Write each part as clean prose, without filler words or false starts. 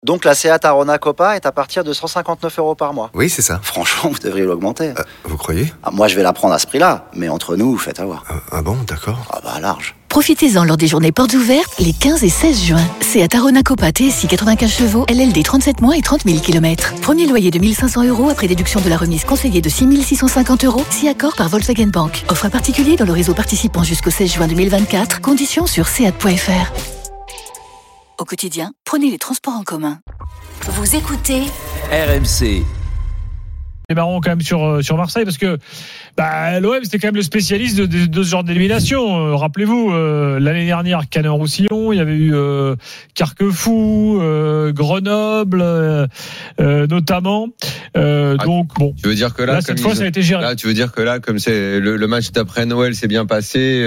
Donc la Seat Arona Copa est à partir de 159 € par mois. Oui, c'est ça. Franchement, vous devriez l'augmenter. Vous croyez ? Moi, je vais la prendre à ce prix-là, mais entre nous, faites avoir. Ah bon, d'accord. Ah bah large. Profitez-en lors des journées portes ouvertes les 15 et 16 juin. Seat Arona Copa TSI 95 chevaux, LLD 37 mois et 30 000 km. Premier loyer de 1 500 € après déduction de la remise conseillée de 6 650 €, si accord par Volkswagen Bank. Offre à particulier dans le réseau participant jusqu'au 16 juin 2024. Conditions sur seat.fr. Au quotidien, prenez les transports en commun. Vous écoutez RMC. C'est marrant quand même sur Marseille parce que l'OM c'était quand même le spécialiste de ce genre d'élimination. Rappelez-vous, l'année dernière Canet-Roussillon, il y avait eu Carquefou, Grenoble notamment. Donc bon. Tu veux dire que là cette fois ça a été géré. Là, tu veux dire que là, comme c'est le match d'après Noël s'est bien passé,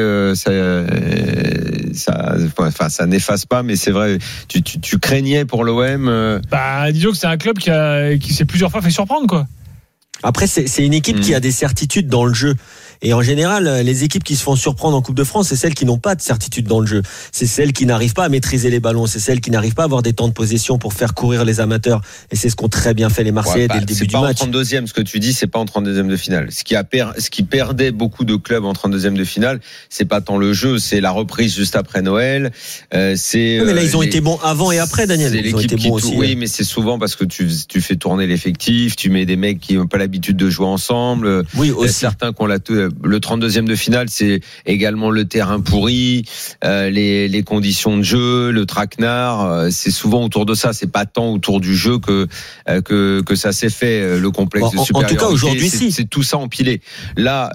ça n'efface pas, mais c'est vrai. Tu craignais pour l'OM. Disons que c'est un club qui s'est plusieurs fois fait surprendre, quoi. Après, c'est une équipe qui a des certitudes dans le jeu. Et en général, les équipes qui se font surprendre en Coupe de France, c'est celles qui n'ont pas de certitude dans le jeu. C'est celles qui n'arrivent pas à maîtriser les ballons. C'est celles qui n'arrivent pas à avoir des temps de possession pour faire courir les amateurs. Et c'est ce qu'ont très bien fait les Marseillais dès le début du match. C'est pas en 32e, ce que tu dis, c'est pas en 32e de finale. Ce qui perdait beaucoup de clubs en 32e de finale, c'est pas tant le jeu, c'est la reprise juste après Noël. Mais là, ils ont été bons avant et après, Daniel. Ils ont été bons aussi. Oui, mais c'est souvent parce que tu fais tourner l'effectif, tu mets des mecs qui n'ont pas l'habitude de jouer ensemble. Oui, aussi. Certains qui ont le 32e de finale, c'est également le terrain pourri, les conditions de jeu, le traquenard. C'est souvent autour de ça. C'est pas tant autour du jeu que ça s'est fait. Le complexe de supériorité. En tout cas, aujourd'hui, c'est tout ça empilé. Là,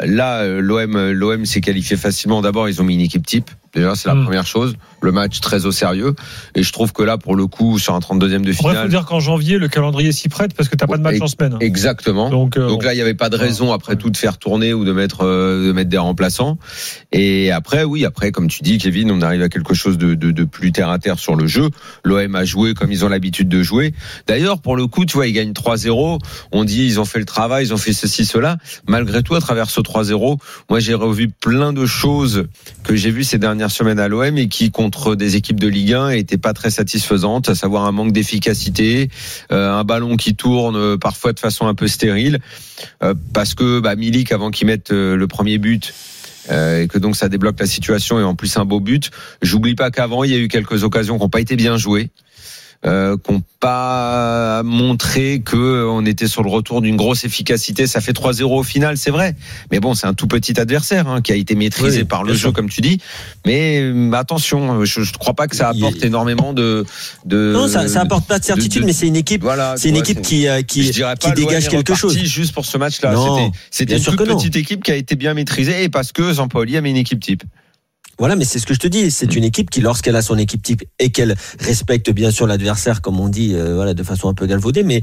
l'OM s'est qualifié facilement. D'abord, ils ont mis une équipe type. Déjà, c'est la première chose. Le match très au sérieux. Et je trouve que là, pour le coup, sur un 32e de finale. Il faut dire qu'en janvier, le calendrier s'y prête parce que t'as pas de match en semaine. Exactement. Donc là, il n'y avait pas de raison après tout de faire tourner ou de mettre des remplaçants. Et après, comme tu dis, Kevin, on arrive à quelque chose de plus terre à terre sur le jeu. L'OM a joué comme ils ont l'habitude de jouer. D'ailleurs, pour le coup, tu vois, ils gagnent 3-0. On dit, ils ont fait le travail, ils ont fait ceci, cela. Malgré tout, à travers ce 3-0, moi, j'ai revu plein de choses que j'ai vues ces dernières semaines à l'OM et qui, contre des équipes de Ligue 1, n'étaient pas très satisfaisantes, à savoir un manque d'efficacité, un ballon qui tourne parfois de façon un peu stérile, parce que Milik, avant qu'il mette le premier but, et que donc ça débloque la situation, et en plus un beau but, j'oublie pas qu'avant il y a eu quelques occasions qui n'ont pas été bien jouées, qui n'ont pas montré qu'on était sur le retour d'une grosse efficacité. Ça fait 3-0 au final, c'est vrai. Mais bon, c'est un tout petit adversaire qui a été maîtrisé par le jeu, comme tu dis. Mais attention, je ne crois pas que ça apporte énormément de... Non, ça apporte pas de certitude, mais c'est une équipe, qui dégage quelque chose. Juste pour ce match-là, c'était une toute petite équipe qui a été bien maîtrisée, et parce que Sampaoli a mis une équipe type. Voilà, mais c'est ce que je te dis. C'est une équipe qui, lorsqu'elle a son équipe type et qu'elle respecte bien sûr l'adversaire, comme on dit, de façon un peu galvaudée, mais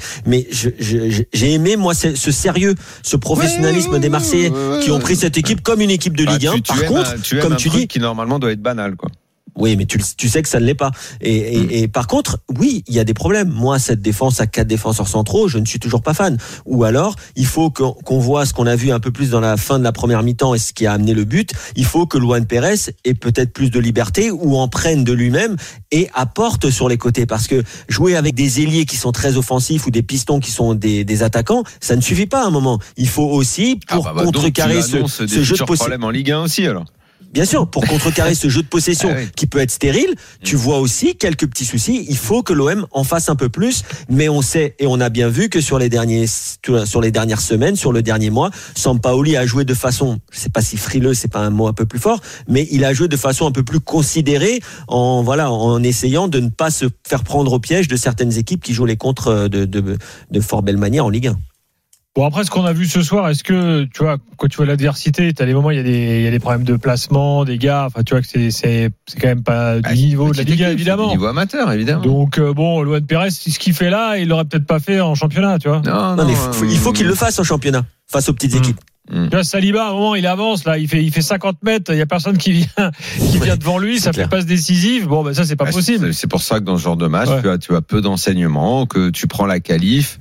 j'ai aimé, moi, ce sérieux, ce professionnalisme des Marseillais qui ont pris cette équipe comme une équipe de Ligue 1. Par contre, comme tu dis, qui normalement doit être banal, quoi. Oui, mais tu sais que ça ne l'est pas. Et par contre, oui, il y a des problèmes. Moi, cette défense à 4 défenseurs centraux, je ne suis toujours pas fan. Ou alors, il faut qu'on voit ce qu'on a vu un peu plus dans la fin de la première mi-temps et ce qui a amené le but. Il faut que Luan Pérez ait peut-être plus de liberté ou en prenne de lui-même et apporte sur les côtés. Parce que jouer avec des ailiers qui sont très offensifs ou des pistons qui sont des attaquants, ça ne suffit pas à un moment. Il faut aussi, pour contrecarrer ce jeu de possession en Ligue 1 aussi, alors. Bien sûr, pour contrecarrer ce jeu de possession qui peut être stérile, tu vois aussi quelques petits soucis. Il faut que l'OM en fasse un peu plus, mais on sait et on a bien vu que sur les dernières semaines, sur le dernier mois, Sampaoli a joué de façon, je sais pas si frileux, c'est pas un mot un peu plus fort, mais il a joué de façon un peu plus considérée en essayant de ne pas se faire prendre au piège de certaines équipes qui jouent les contres de fort belle manière en Ligue 1. Bon, après, ce qu'on a vu ce soir, est-ce que, tu vois, quand tu vois l'adversité, t'as des moments, il y a des problèmes de placement, des gars, enfin, tu vois que c'est quand même pas du niveau de la Ligue 1, évidemment. Du niveau amateur, évidemment. Donc, Luan Pérez, ce qu'il fait là, il l'aurait peut-être pas fait en championnat, tu vois. Non, mais il faut qu'il le fasse en championnat, face aux petites équipes. Tu vois, Saliba, à un moment, il avance, là, il fait 50 mètres, il y a personne qui vient devant lui, ça fait passe décisive. Bon, ça, c'est pas possible. C'est pour ça que dans ce genre de match, tu as peu d'enseignements, que tu prends la qualif,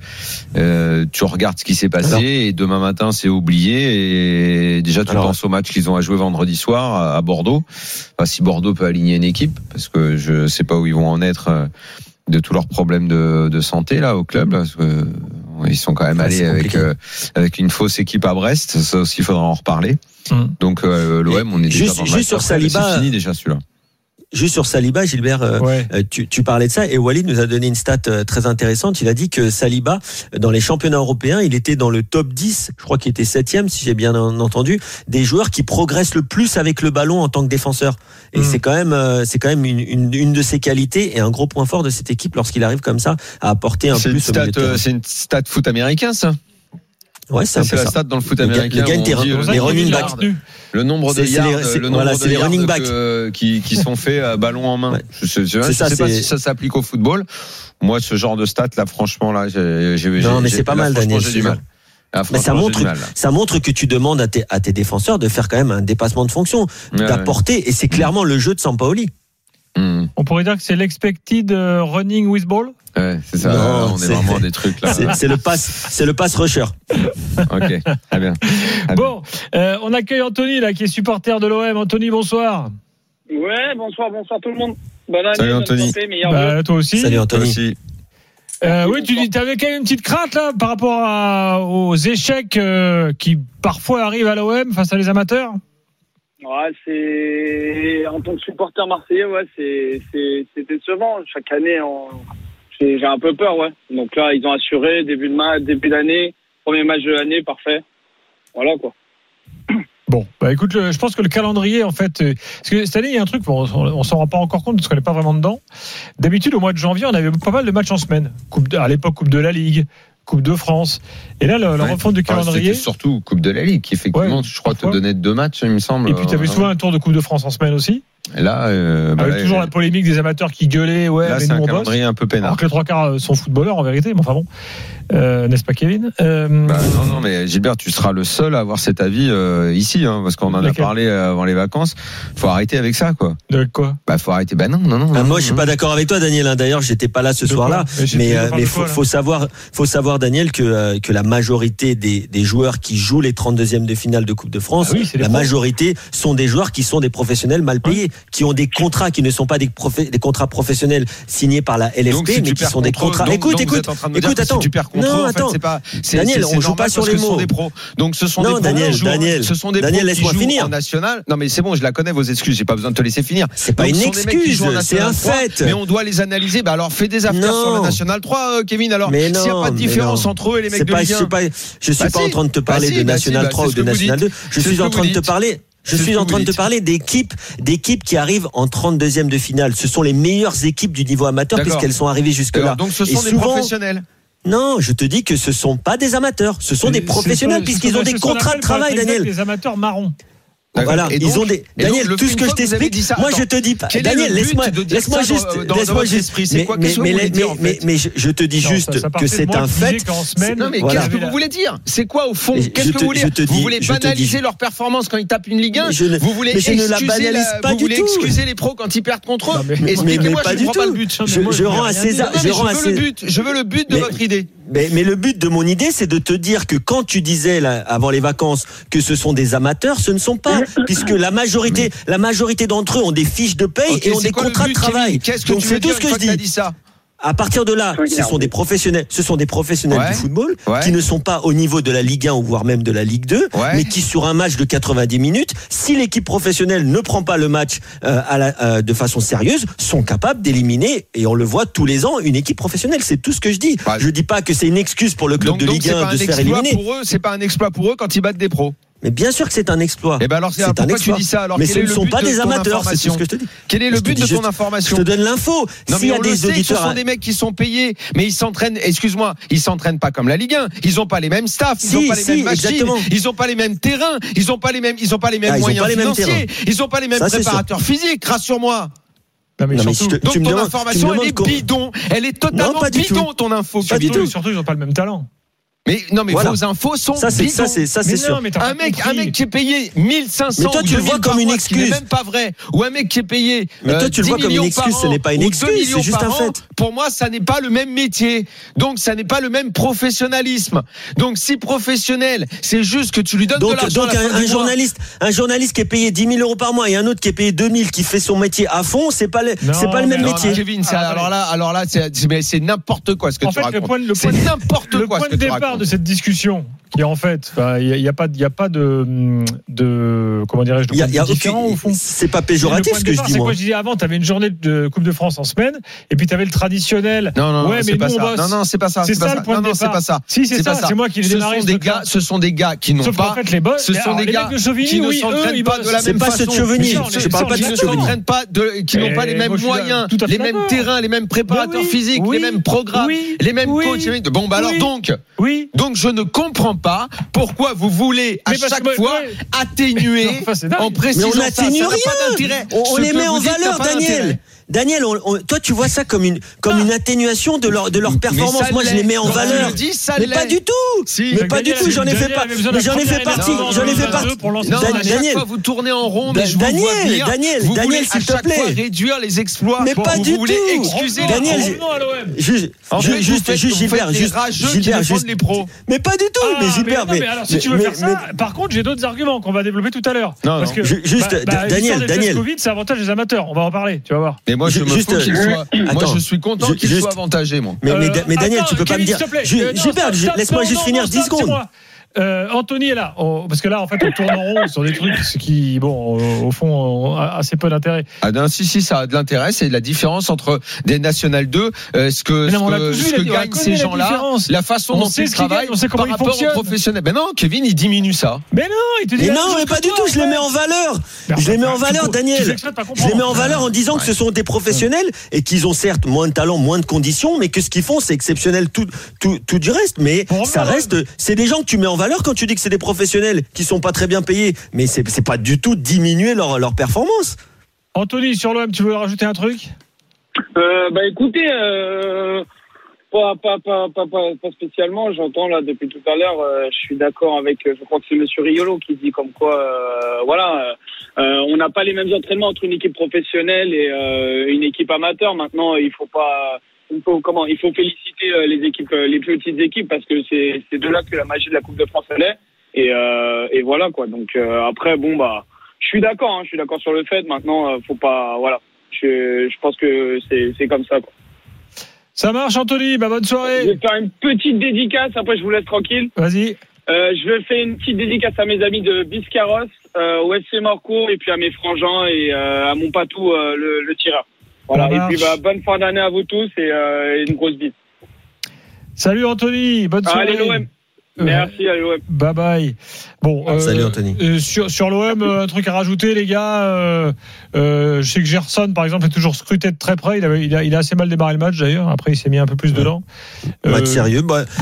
tu regardes ce qui s'est passé, et demain matin, c'est oublié, et déjà, tu penses au match qu'ils ont à jouer vendredi soir à Bordeaux. Enfin, si Bordeaux peut aligner une équipe, parce que je sais pas où ils vont en être, de tous leurs problèmes de santé là au club, là, parce que ils sont quand même allés avec une fausse équipe à Brest. Ça aussi, il faudra en reparler. Donc l'OM, on est déjà dans juste sur Saliba. C'est fini déjà celui-là. Juste sur Saliba, Gilbert, tu parlais de ça et Walid nous a donné une stat très intéressante. Il a dit que Saliba, dans les championnats européens, il était dans le top 10, je crois qu'il était 7e, si j'ai bien entendu, des joueurs qui progressent le plus avec le ballon en tant que défenseur. Et c'est quand même une de ses qualités et un gros point fort de cette équipe lorsqu'il arrive comme ça à apporter un plus. C'est une stat foot américain, ça. Ouais, c'est la stat dans le foot américain. Les running backs. Le nombre de yards, les running backs qui sont faits à ballon en main. Ouais. Je sais pas si ça s'applique au football. Moi, ce genre de stat, là, franchement, là, non, mais c'est pas mal, Daniel. J'ai du mal. Mais ça montre que tu demandes à tes défenseurs de faire quand même un dépassement de fonction, d'apporter, et c'est clairement le jeu de Sampaoli. On pourrait dire que c'est l'expected running with ball. Ouais, c'est ça. Non, on est vraiment des trucs là. C'est le pass rusher. Ok, très bien. Bon, on accueille Anthony là, qui est supporter de l'OM. Anthony, bonsoir. Ouais, bonsoir tout le monde. Bonne année. Salut Anthony. Toi aussi. Salut Anthony. Oui, tu avais quand même une petite crainte là par rapport aux échecs qui parfois arrivent à l'OM face à les amateurs. Ouais, c'est en tant que supporter marseillais, ouais, c'est décevant. Chaque année, j'ai un peu peur, ouais. Donc là, ils ont assuré début d'année, premier match de l'année, parfait. Voilà quoi. Bon, bah écoute, je pense que le calendrier, en fait, parce que cette année, il y a un truc, on s'en rend pas encore compte parce qu'on n'est pas vraiment dedans. D'habitude, au mois de janvier, on avait pas mal de matchs en semaine. À l'époque, Coupe de la Ligue, Coupe de France. Et là, la refonte du calendrier. C'était surtout Coupe de la Ligue, qui effectivement, je crois, te donnait 2 matchs, il me semble. Et puis, tu avais souvent un tour de Coupe de France en semaine aussi. Et là, avec toujours la polémique des amateurs qui gueulaient, là, mais c'est un calendrier un peu peinard. Alors que les 3/4 sont footballeurs en vérité, mais enfin bon, n'est-ce pas, Kevin? Non, mais Gilbert, tu seras le seul à avoir cet avis ici, hein, parce qu'on en a parlé avant les vacances. Faut arrêter avec ça, quoi. De quoi? Faut arrêter. Non. Moi, je suis pas d'accord avec toi, Daniel. D'ailleurs, j'étais pas là ce soir-là, mais faut savoir, Daniel, que la majorité des joueurs qui jouent les 32e de finale de Coupe de France, la majorité sont des joueurs qui sont des professionnels mal payés. Qui ont des contrats qui ne sont pas des contrats professionnels signés par la LFP, donc, mais qui sont des contrats. Écoute, attends. Si tu perds contre eux, attends. En fait, c'est pas. Daniel, on joue pas sur les mots. Ce sont des pros. Donc ce sont des pros. Daniel, ce sont des pros qui jouent en national. Non, mais c'est bon, je la connais vos excuses. J'ai pas besoin de te laisser finir. C'est pas une excuse, c'est un fait. Mais on doit les analyser. Alors fais des afters sur le National 3, Kevin. Alors s'il n'y a pas de différence entre eux et les mecs de Ligue 1. Je suis pas en train de te parler de National 3 ou de National 2. Je suis en train de te parler. Je suis en train de te parler d'équipes qui arrivent en 32e de finale. Ce sont les meilleures équipes du niveau amateur puisqu'elles sont arrivées jusque-là. Donc ce sont des professionnels. Non, je te dis que ce sont pas des amateurs. Ce sont des professionnels puisqu'ils ont des contrats de travail, Daniel. Des amateurs marrons. Voilà, ils ont des. Daniel, tout ce que je t'explique, moi je te dis pas. Daniel, laisse-moi juste. Mais je te dis juste que c'est un fait. Non, mais qu'est-ce que vous voulez dire? C'est quoi au fond? Qu'est-ce que vous voulez dire? Vous voulez banaliser leur performance quand ils tapent une Ligue 1? Vous voulez excuser les pros quand ils perdent contre eux? Expliquez-moi, je ne comprends pas le but. Je rends à César. Je veux le but de votre idée. Mais le but de mon idée, c'est de te dire que quand tu disais là, avant les vacances que ce sont des amateurs, ce ne sont pas, puisque la majorité d'entre eux ont des fiches de paye et ont des contrats de travail. Donc c'est tout ce que je dis. À partir de là, ce sont des professionnels du football qui ne sont pas au niveau de la Ligue 1 ou voire même de la Ligue 2, mais qui sur un match de 90 minutes, si l'équipe professionnelle ne prend pas le match de façon sérieuse, sont capables d'éliminer, et on le voit tous les ans, une équipe professionnelle. C'est tout ce que je dis. Je dis pas que c'est une excuse pour le club de Ligue 1 de se faire éliminer. C'est pas un exploit pour eux quand ils battent des pros. Mais bien sûr que c'est un exploit. Et ben alors, pourquoi tu dis ça alors? Mais ce ne sont pas des amateurs, c'est ce que je te dis. Quel est le but de ton information? Je te donne l'info. S'il y a des auditeurs, ce sont des mecs qui sont payés, mais ils s'entraînent. Excuse-moi, ils s'entraînent pas comme la Ligue 1. Ils ont pas les mêmes staffs, ils ont pas les mêmes machines, ils ont pas les mêmes terrains, ils ont pas les mêmes moyens financiers, ils ont pas les mêmes préparateurs physiques. Rassure-moi. Non, mais surtout, donc ton information elle est bidon, elle est totalement bidon ton info. Surtout ils n'ont pas le même talent. Mais non, mais Voilà. vos infos sont Ça, c'est bidons. sûr. Un mec qui est payé 1500 Mais toi, tu ou le vois 2000 comme par une mois, ce qui n'est excuse. même pas vrai. Ou un mec qui est payé Mais toi, tu le 10 vois comme une millions excuse, par ce an, n'est pas une ou 2 excuse, millions c'est juste par un an. fait. Pour moi, ça n'est pas le même métier. Donc, ça n'est pas le même professionnalisme. Donc, si professionnel, c'est juste que tu lui donnes de l'argent à la fin du mois. Un journaliste qui est payé 10 000 euros par mois et un autre qui est payé 2 000 qui fait son métier à fond, c'est pas le même Non, métier. Kevin, alors là, c'est n'importe quoi ce que En tu fait, racontes. le C'est n'importe le quoi point ce que de tu départ racontes. de cette discussion, qui est en fait, il y a pas de comment dirais-je, de Il y a point de vue différent aucun- au fond. c'est pas Le péjoratif point ce de que je départ, dis c'est moi. quoi je disais avant, tu avais une journée de Coupe de France en semaine, et puis tu avais le traditionnel. Non, ouais, mais c'est nous pas on ça. bosse. Non, c'est pas ça. C'est ça le point de Non, c'est départ. pas ça. Si, c'est pas ça. C'est moi qui l'ai démarré. Ce sont des gars qui n'ont Sauf pas. qu'en fait, les boss, Ce sont des les gars mecs de Chauvigny, qui ne oui, eux, s'entraînent ils pas bossent. de la C'est même pas façon. ce chauvinisme. Mais non, Je parle pas qui de ne chauvinisme. s'entraînent pas qui n'ont pas les mêmes moi, je suis moyens, tout à fait les mêmes d'accord. terrains, les mêmes préparateurs Oui, physiques, oui, les mêmes programmes, oui, les mêmes oui, coachs. Bon, bah alors oui. donc, je ne comprends pas pourquoi vous voulez à Mais parce chaque que, fois ouais. atténuer Enfin, c'est dingue. en précisant Mais on ça. Ça n'atténue n'a pas rien. d'intérêt. On Ce les que met en vous dites n'a valeur, pas d'intérêt. Daniel. Daniel, toi tu vois ça comme une atténuation de leur performance. ça Moi je les mets en l'est. Quand tu valeur. le dis, ça Mais l'est. pas du tout. Si. Mais pas du Daniel, tout. J'en ai fait Daniel pas. avait besoin Mais d'un j'en ai fait premier partie. élément J'en ai fait 2022 partie. pour lancer Non, à chaque Daniel. fois vous tournez en rond, mais je vous vois venir. Daniel, Vous voulez s'il à te chaque plaît. fois réduire les exploits. Mais pas vous du voulez tout. excuser Daniel, les Revenons à l'OM. Juste Gilbert, juste les pros. Mais pas du tout. Mais Gilbert, mais alors si tu veux faire ça, par contre, j'ai d'autres arguments qu'on va développer tout à l'heure. Non, Parce non. que Juste, Daniel, l'histoire des Covid, c'est avantage des amateurs. On va en parler. Tu vas voir. Mais moi, je me Juste, fous qu'il soit. Moi, attends. je suis content qu'il Juste- soit avantagé, moi. Mais Daniel, attends, tu peux pas me Kevin, dire. s'il te plaît. Gilbert, Non, stop, laisse-moi non, juste non, finir non, 10 stop, c'est secondes. moi. Anthony est là, parce que là en fait on tourne en rond sur des trucs qui, bon, au fond, ont assez peu d'intérêt. Ah non, si, ça a de l'intérêt. C'est la différence entre des National 2, ce que gagnent ces gens-là, la façon dont ils travaillent par rapport aux professionnels. Ben non, Kevin, il diminue ça. Mais non, il te dit. Mais non, mais pas du tout, je les mets en valeur. Je les mets en valeur, Daniel. Je les mets en valeur en disant que ce sont des professionnels et qu'ils ont certes moins de talent, moins de conditions, mais que ce qu'ils font, c'est exceptionnel tout du reste. Mais ça reste, c'est des gens que tu mets en valeur quand tu dis que c'est des professionnels qui sont pas très bien payés, mais c'est pas du tout diminuer leur performance. Anthony, sur l'OM, tu veux rajouter un truc? Bah écoutez, pas spécialement. J'entends là depuis tout à l'heure. Je suis d'accord avec. Je crois que c'est Monsieur Riolo qui dit comme quoi, on n'a pas les mêmes entraînements entre une équipe professionnelle et une équipe amateur. Maintenant, il faut féliciter les équipes, les petites équipes, parce que c'est de là que la magie de la Coupe de France elle est. Et voilà quoi. Donc après, bon bah, je suis d'accord sur le fait. Maintenant, faut pas, voilà. Je pense que c'est comme ça quoi. Ça marche, Anthony. Bonne soirée. Je vais faire une petite dédicace. Après, je vous laisse tranquille. Vas-y. Je vais faire une petite dédicace à mes amis de Biscarrosse, au FC Morcourt, et puis à mes frangins et à mon patou, le tireur. Voilà. Et puis bonne fin d'année à vous tous et une grosse bise. Salut Anthony. Bonne soirée. Allez l'OM. Merci, allez l'OM. Bye bye. Bon, salut Anthony. Sur l'OM, un truc à rajouter, les gars. Je sais que Gerson, par exemple, est toujours scruté de très près. Il a assez mal démarré le match d'ailleurs. Après, il s'est mis un peu plus dedans. Match sérieux.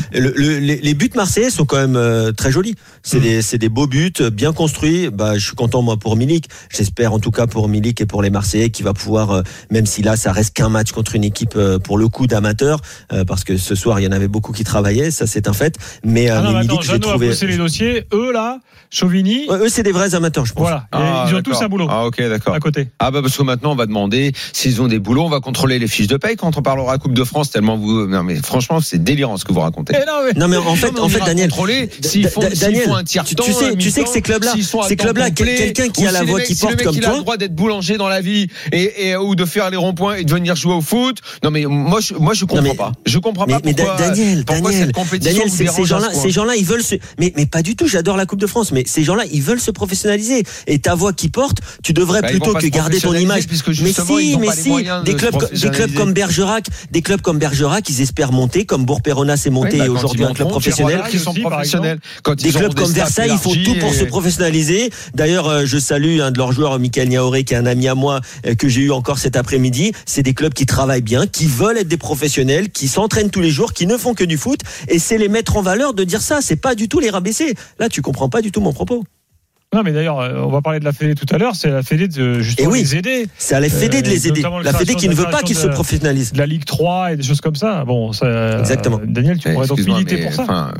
Les buts marseillais sont quand même très jolis. C'est des beaux buts, bien construits. Je suis content moi pour Milik. J'espère en tout cas pour Milik et pour les Marseillais qui va pouvoir, même si là ça reste qu'un match contre une équipe pour le coup d'amateurs, parce que ce soir il y en avait beaucoup qui travaillaient, ça c'est un fait. Mais Milik, j'ai trouvé. Jeannot a bossé les dossiers. Eux là, Chauvigny. Eux c'est des vrais amateurs, je pense. Voilà. Ils ont tous un boulot. Ah ok, d'accord. À côté. Ah parce que maintenant on va demander s'ils ont des boulots, on va contrôler les fiches de paye quand on parlera Coupe de France, tellement vous. Non mais franchement c'est délirant ce que vous racontez. Non mais en fait Daniel, s'ils font un tiers-temps, tu sais que ces clubs-là, quelqu'un qui a la voix qui porte comme toi, il a le droit d'être boulanger dans la vie et ou de faire les ronds-points et de venir jouer au foot. Non mais moi je comprends pas. Je comprends pas pourquoi cette compétition. Daniel, ces gens-là, ils veulent mais pas du tout. J'adore la Coupe de France, mais ces gens-là, ils veulent se professionnaliser. Et ta voix qui porte, tu devrais plutôt que garder ton image. Mais si, des clubs comme Bergerac, ils espèrent monter, comme Bourg-Péronnas s'est monté et aujourd'hui un club professionnel. Qui sont professionnels. Des clubs comme Versailles, ils font tout pour se professionnaliser. D'ailleurs, je salue un de leurs joueurs, Michael Niaoré, qui est un ami à moi, que j'ai eu encore cet après-midi. C'est des clubs qui travaillent bien, qui veulent être des professionnels, qui s'entraînent tous les jours, qui ne font que du foot. Et c'est les mettre en valeur de dire ça. C'est pas du tout les rabaisser. Là, tu comprends pas du tout mon propos. Non, mais d'ailleurs, on va parler de la Fédé tout à l'heure. C'est la Fédé de justement les aider. C'est à la Fédé de les aider. La Fédé qui ne veut pas qu'ils se professionnalisent. De la Ligue 3 et des choses comme ça. Bon, ça, exactement. Daniel, tu pourrais donc militer pour ça.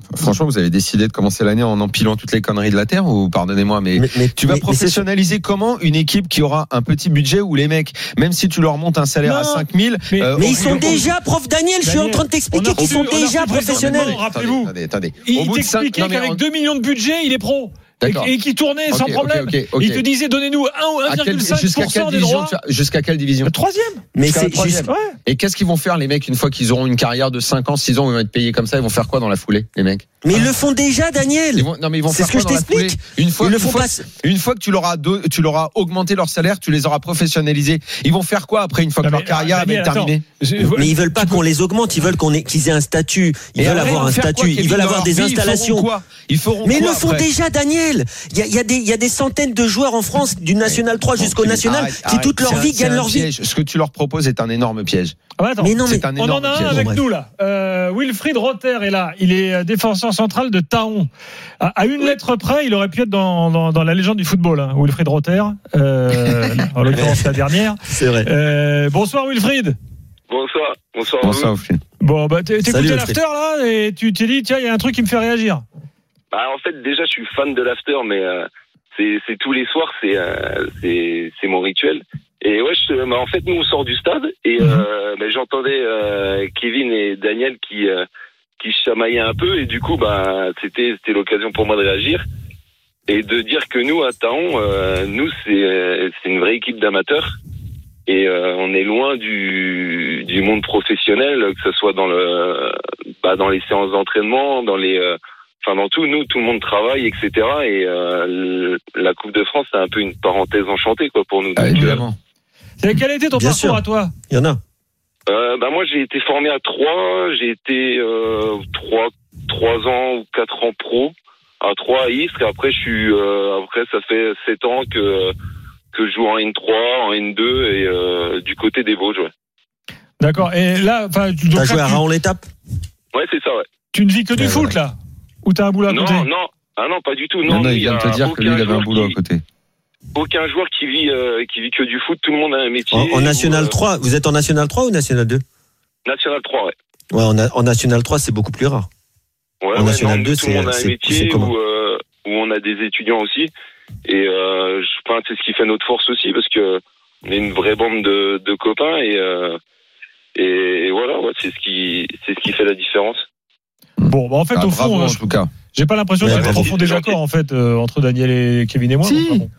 Franchement, vous avez décidé de commencer l'année en empilant toutes les conneries de la terre ou pardonnez-moi, mais tu vas professionnaliser comment une équipe qui aura un petit budget où les mecs, même si tu leur montes un salaire à 5 000, mais ils sont déjà Daniel, je suis en train de t'expliquer qu'ils sont déjà professionnels. Rappelez-vous, attendez. Il t'expliquait qu'avec 2 millions de budget, il est pro. Et qui tournait sans problème. Il te disait donnez-nous 1,5% des droits. Jusqu'à quelle division? Le 3e. Mais c'est juste. Et qu'est-ce qu'ils vont faire les mecs une fois qu'ils auront une carrière de 5 ans, 6 ans où ils vont être payés comme ça? Ils vont faire quoi dans la foulée les mecs? Mais ils le font déjà, Daniel. Ils vont c'est faire ce que je t'explique. Une fois que tu leur as augmenté leur salaire, tu les auras professionnalisés. Ils vont faire quoi après une fois que leur carrière est terminée? Mais ils veulent pas qu'on les augmente. Ils veulent qu'ils aient un statut. Ils veulent avoir un statut. Ils veulent avoir des installations. Mais ils le font déjà, Daniel. Il y a des centaines de joueurs en France du National 3 jusqu'au National qui toute leur vie gagnent leur vie. Ce que tu leur proposes est un énorme piège. Mais non, on en a un avec nous là. Wilfried Rother est là. Il est défenseur central de Taon. À une lettre près, il aurait pu être dans la légende du football. Hein, Wilfried Rother. En l'occurrence la dernière. C'est vrai. Bonsoir Wilfried. Bonsoir. Wilfried. Bon, t'écoutais l'after là et tu t'es dit tiens, il y a un truc qui me fait réagir. En fait, déjà, je suis fan de l'after, mais c'est tous les soirs, c'est mon rituel. Et ouais, en fait, nous on sort du stade et j'entendais Kevin et Daniel qui chamaillaient un peu et du coup, c'était l'occasion pour moi de réagir et de dire que nous à Taon, nous c'est une vraie équipe d'amateurs et on est loin du monde professionnel, que ce soit dans les séances d'entraînement, dans tout le monde travaille, etc. Et la Coupe de France, c'est un peu une parenthèse enchantée quoi pour nous. Évidemment. Quel était ton parcours à toi? Il y en a. Moi, j'ai été formé à 3. J'ai été 3 ans ou 4 ans pro à 3 à Istres. Après, après, ça fait 7 ans que je joue en N3, en N2 et du côté des Vosges. Ouais. D'accord. Et là, t'as joué à Raon-l'Étape? Ouais, c'est ça. Ouais. Tu ne vis que du foot là? Ou t'as un boulot à côté? Non. Ah non, pas du tout. Non, il vient de te dire que lui, il avait un boulot à côté. Aucun joueur qui vit que du foot. Tout le monde a un métier. En National 3, vous êtes en National 3 ou National 2? National 3, ouais. Ouais, en National 3, c'est beaucoup plus rare. Ouais, en National 2, tout le monde a un métier où on a des étudiants aussi. Et je pense que c'est ce qui fait notre force aussi parce que on est une vraie bande de copains et voilà, ouais, c'est ce qui fait la différence. Bon, en fait, au fond, en tout cas. J'ai pas l'impression d'être au fond des accords en fait entre Daniel et Kevin et moi.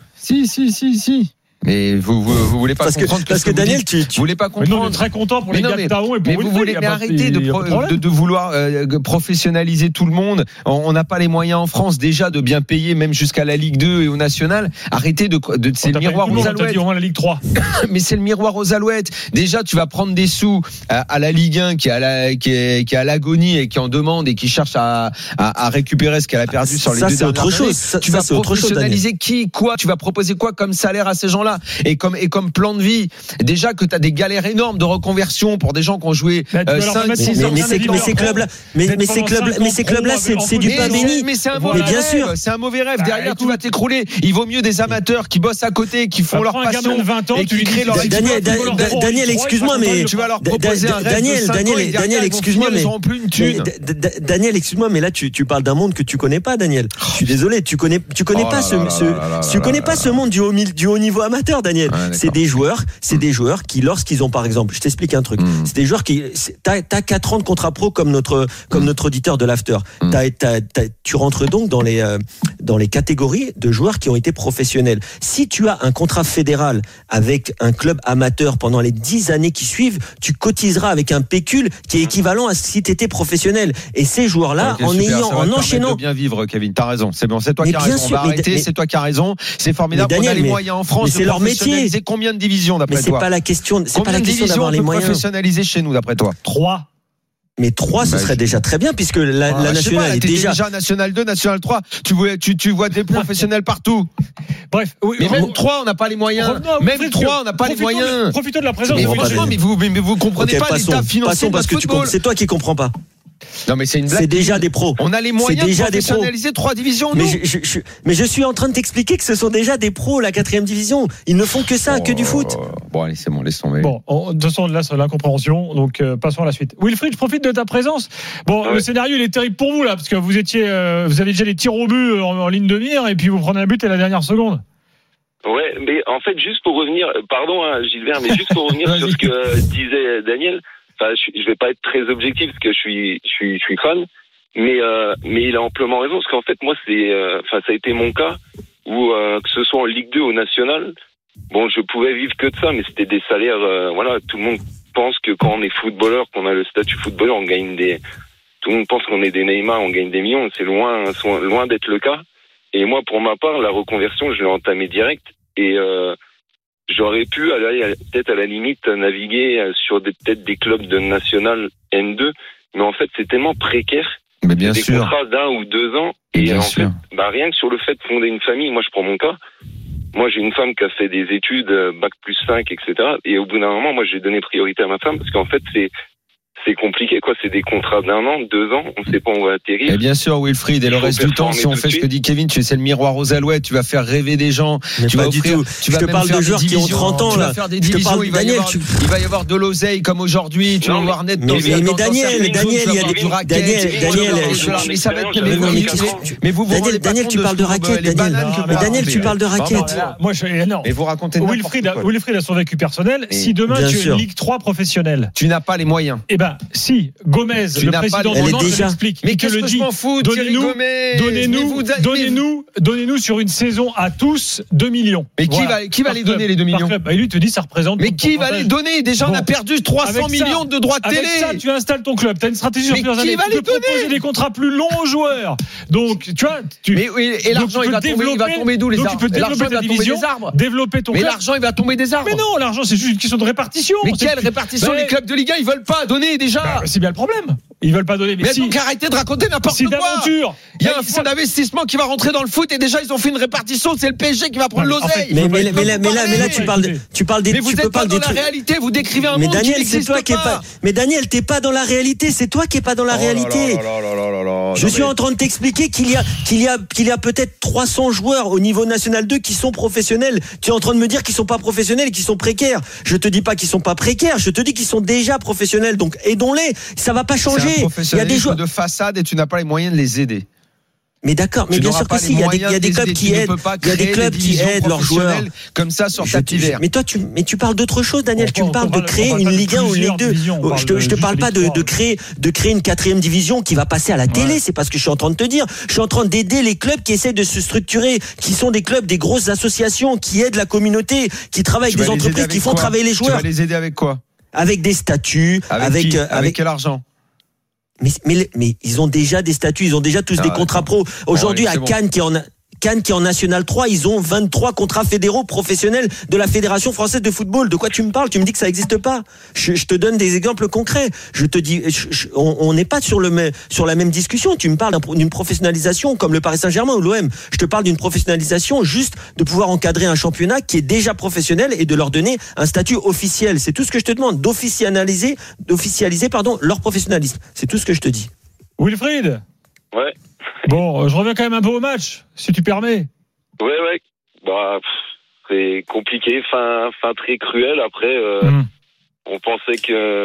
Si. Mais vous voulez pas comprendre parce que Daniel, tu voulez pas comprendre. Mais nous, on est très contents pour les gars de Taon et pour mais arrêtez de vouloir professionnaliser tout le monde. On n'a pas les moyens en France déjà de bien payer même jusqu'à la Ligue 2 et au National. Arrêtez c'est le miroir aux Alouettes. Au moins la Ligue 3. Mais c'est le miroir aux Alouettes. Déjà, tu vas prendre des sous à la Ligue 1 qui est à l'agonie et qui en demande et qui cherche à récupérer ce qu'elle a perdu sur les 2 dernières années. Ça c'est autre chose. Tu vas professionnaliser quoi? Tu vas proposer quoi comme salaire à ces gens-là? Et comme plan de vie, déjà que tu as des galères énormes de reconversion pour des gens qui ont joué 5-6 ans. Mais ces clubs-là, c'est du pain béni. Mais c'est un mauvais rêve. C'est un mauvais rêve. Derrière, tu vas t'écrouler. Il vaut mieux des amateurs qui bossent à côté, qui font leur passion et qui créent leur exploit. Daniel, excuse-moi, mais tu vas leur proposer un rêve de 5 ans et Daniel, excuse-moi, mais ils n'auront plus une thune. Daniel, excuse-moi, mais là tu parles d'un monde que tu connais pas, Daniel. Je suis désolé, tu connais pas ce monde du haut niveau amateur, Daniel. C'est des joueurs qui, lorsqu'ils ont, par exemple, je t'explique un truc. C'est des joueurs qui, t'as 4 ans de contrat pro comme notre auditeur de l'after. Tu rentres donc dans les catégories de joueurs qui ont été professionnels. Si tu as un contrat fédéral avec un club amateur pendant les 10 années qui suivent, tu cotiseras avec un pécule qui est équivalent à si tu étais professionnel. Et ces joueurs-là, en enchaînant. De bien vivre, Kevin. T'as raison. C'est bon. C'est toi qui as raison. On va arrêter. C'est toi qui as raison. C'est formidable. On a les moyens en France. C'est leur métier. Combien de divisions d'après toi? Mais c'est pas la question. C'est pas la question d'avoir les moyens. Professionnaliser chez nous d'après toi? 3. Mais 3, ce serait déjà très bien puisque la nationale est déjà National 2, National 3. Tu vois des professionnels partout. Bref, mais même 3, on n'a pas les moyens. Même 3, on n'a pas les moyens. Profitons de la présence. Mais franchement, vous comprenez pas l'état financier de notre football. C'est toi qui comprends pas. Non, mais c'est une blague. C'est déjà des pros. On a les moyens de professionnaliser 3 divisions. Mais je suis en train de t'expliquer que ce sont déjà des pros, la 4e division. Ils ne font que ça, que du foot. Bon, allez, c'est bon, laisse tomber. Bon, de toute façon, là, c'est l'incompréhension. Donc, passons à la suite. Wilfried, je profite de ta présence. Bon, le scénario, il est terrible pour vous, là, parce que vous avez déjà les tirs au but en ligne de mire, et puis vous prenez un but à la dernière seconde. Ouais, mais en fait, juste pour revenir, pardon, Gilbert, mais juste pour revenir sur ce que disait Daniel, enfin, je vais pas être très objectif parce que je suis fan, mais il a amplement raison, parce qu'en fait, moi, ça a été mon cas où, que ce soit en Ligue 2 ou National, bon, je pouvais vivre que de ça, mais c'était des salaires, voilà, tout le monde pense que quand on est footballeur, qu'on a le statut footballeur, on gagne tout le monde pense qu'on est des Neymar, on gagne des millions, c'est loin d'être le cas. Et moi, pour ma part, la reconversion, je l'ai entamée direct, et j'aurais pu aller peut-être à la limite naviguer sur peut-être des clubs de National N2, mais en fait, c'est tellement précaire. Mais bien des sûr. Contrats d'1 ou 2 ans, et bien en sûr. fait, rien que sur le fait de fonder une famille, moi je prends mon cas. Moi, j'ai une femme qui a fait des études, bac plus 5, etc. Et au bout d'un moment, moi, j'ai donné priorité à ma femme, parce qu'en fait, c'est compliqué, quoi. C'est des contrats d'1 an, 2 ans. On ne sait pas où on va atterrir. Et bien sûr, Wilfried, et le reste du temps, si on fait ce que dit Kevin, tu sais, le miroir aux alouettes, tu vas faire rêver des gens. Mais tu pas vas du offrir, tout. Tu vas je te parle de joueurs qui ont 30 ans, tu là. vas faire des divisions, il va y avoir de l'oseille comme aujourd'hui, tu vas voir net. Mais Daniel, Daniel, tu parles de raquettes, Daniel, tu parles de raquettes. Moi, non. Mais vous racontez Wilfried a son vécu personnel. Si demain tu es une Ligue 3 professionnelle, tu n'as pas les moyens. Eh ben, si Gomez, le président de Nantes, je l'explique. Mais qu'est-ce que je m'en fous, donnez-nous sur une saison à tous 2 millions. Mais qui va les donner, les 2 millions? Bah, lui te dit ça représente. Mais qui va les donner? Déjà, on a perdu 300 millions de droits de télé. Avec ça, tu installes ton club. Tu as une stratégie sur plusieurs années. Tu peux proposer des contrats plus longs aux joueurs. Donc, tu vois. Et l'argent, il va tomber d'où, les arbres? Tu peux développer ta division, développer ton club. Mais l'argent, il va tomber des arbres. Mais non, l'argent, c'est juste une question de répartition. Mais quelle répartition? Les clubs de Ligue 1, ils veulent pas donner déjà. C'est bien le problème. Ils veulent pas donner. Mais donc arrêtez de raconter n'importe quoi. Il y a un fonds d'investissement qui va rentrer dans le foot et déjà ils ont fait une répartition. C'est le PSG qui va prendre l'oseille. Mais là tu parles des. Mais vous êtes pas dans la réalité. Vous décrivez un monde qui n'existe pas. Mais Daniel, t'es pas dans la réalité. C'est toi qui es pas dans la réalité. Je suis en train de t'expliquer qu'il y a peut-être 300 joueurs au niveau national 2 qui sont professionnels. Tu es en train de me dire qu'ils sont pas professionnels et qu'ils sont précaires. Je te dis pas qu'ils sont pas précaires. Je te dis qu'ils sont déjà professionnels. Donc aidons-les. Ça va pas changer. Il y a des joueurs de façade et tu n'as pas les moyens de les aider. Mais d'accord, mais bien sûr que si, il y a des clubs qui aident, il y a des clubs qui aident leurs joueurs comme ça sur tapis vert. Mais toi tu parles d'autre chose, Daniel. Tu me parles de créer une Ligue 1 ou une Ligue 2. Je te parle pas de créer une 4e division qui va passer à la télé. C'est pas ce que je suis en train de te dire. Je suis en train d'aider les clubs qui essaient de se structurer, qui sont des clubs, des grosses associations, qui aident la communauté, qui travaillent avec des entreprises, qui font travailler les joueurs. Tu vas les aider avec quoi? Avec des statuts, avec quel argent? Mais ils ont déjà des statuts, ils ont déjà tous des contrats pro. Aujourd'hui, à Cannes, qui est en National 3, ils ont 23 contrats fédéraux professionnels de la Fédération française de football. De quoi tu me parles? Tu me dis que ça n'existe pas. Je te donne des exemples concrets. Je te dis, on n'est pas sur la même discussion. Tu me parles d'une professionnalisation comme le Paris Saint-Germain ou l'OM. Je te parle d'une professionnalisation juste de pouvoir encadrer un championnat qui est déjà professionnel et de leur donner un statut officiel. C'est tout ce que je te demande, d'officialiser leur professionnalisme. C'est tout ce que je te dis. Wilfried. Ouais. Bon, je reviens quand même un peu au match, si tu permets. Ouais. Bah, c'est compliqué, fin très cruel. Après, on pensait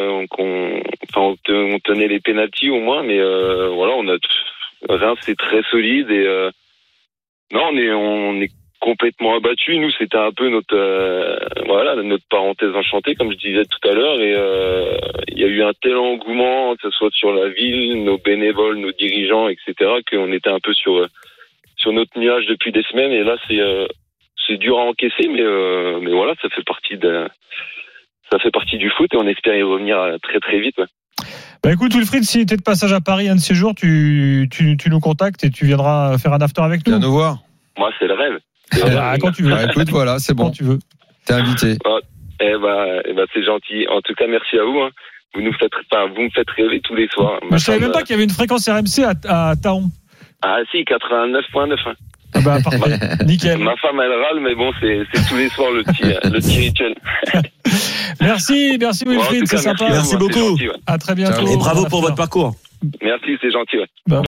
on tenait les pénaltys au moins, mais voilà, Reims c'est très solide et non, on est complètement abattu. Nous, c'était un peu notre parenthèse enchantée, comme je disais tout à l'heure, et il y a eu un tel engouement, que ce soit sur la ville, nos bénévoles, nos dirigeants, etc., qu'on était un peu sur notre nuage depuis des semaines, et là c'est dur à encaisser, mais voilà, ça fait partie du foot et on espère y revenir très très vite. Ouais. Bah écoute Wilfried, si tu es de passage à Paris un de ces jours, tu nous contactes et tu viendras faire un after avec nous. Viens nous voir. Moi, c'est le rêve. Quand tu veux. Écoute, voilà, c'est bon. Quand tu veux. T'es invité. Eh ben, c'est gentil. En tout cas, merci à vous. Hein. Vous me faites rêver tous les soirs. Je savais même pas qu'il y avait une fréquence RMC à Taon. Ah si, 89.9. Hein. Ah bah parfait. Nickel. Ma femme elle râle, mais bon, c'est tous les soirs le petit rituel. Merci Wilfried, c'est sympa. Merci beaucoup. Gentil, ouais. À très bientôt. Et bravo pour votre parcours. Merci, c'est gentil. Ouais.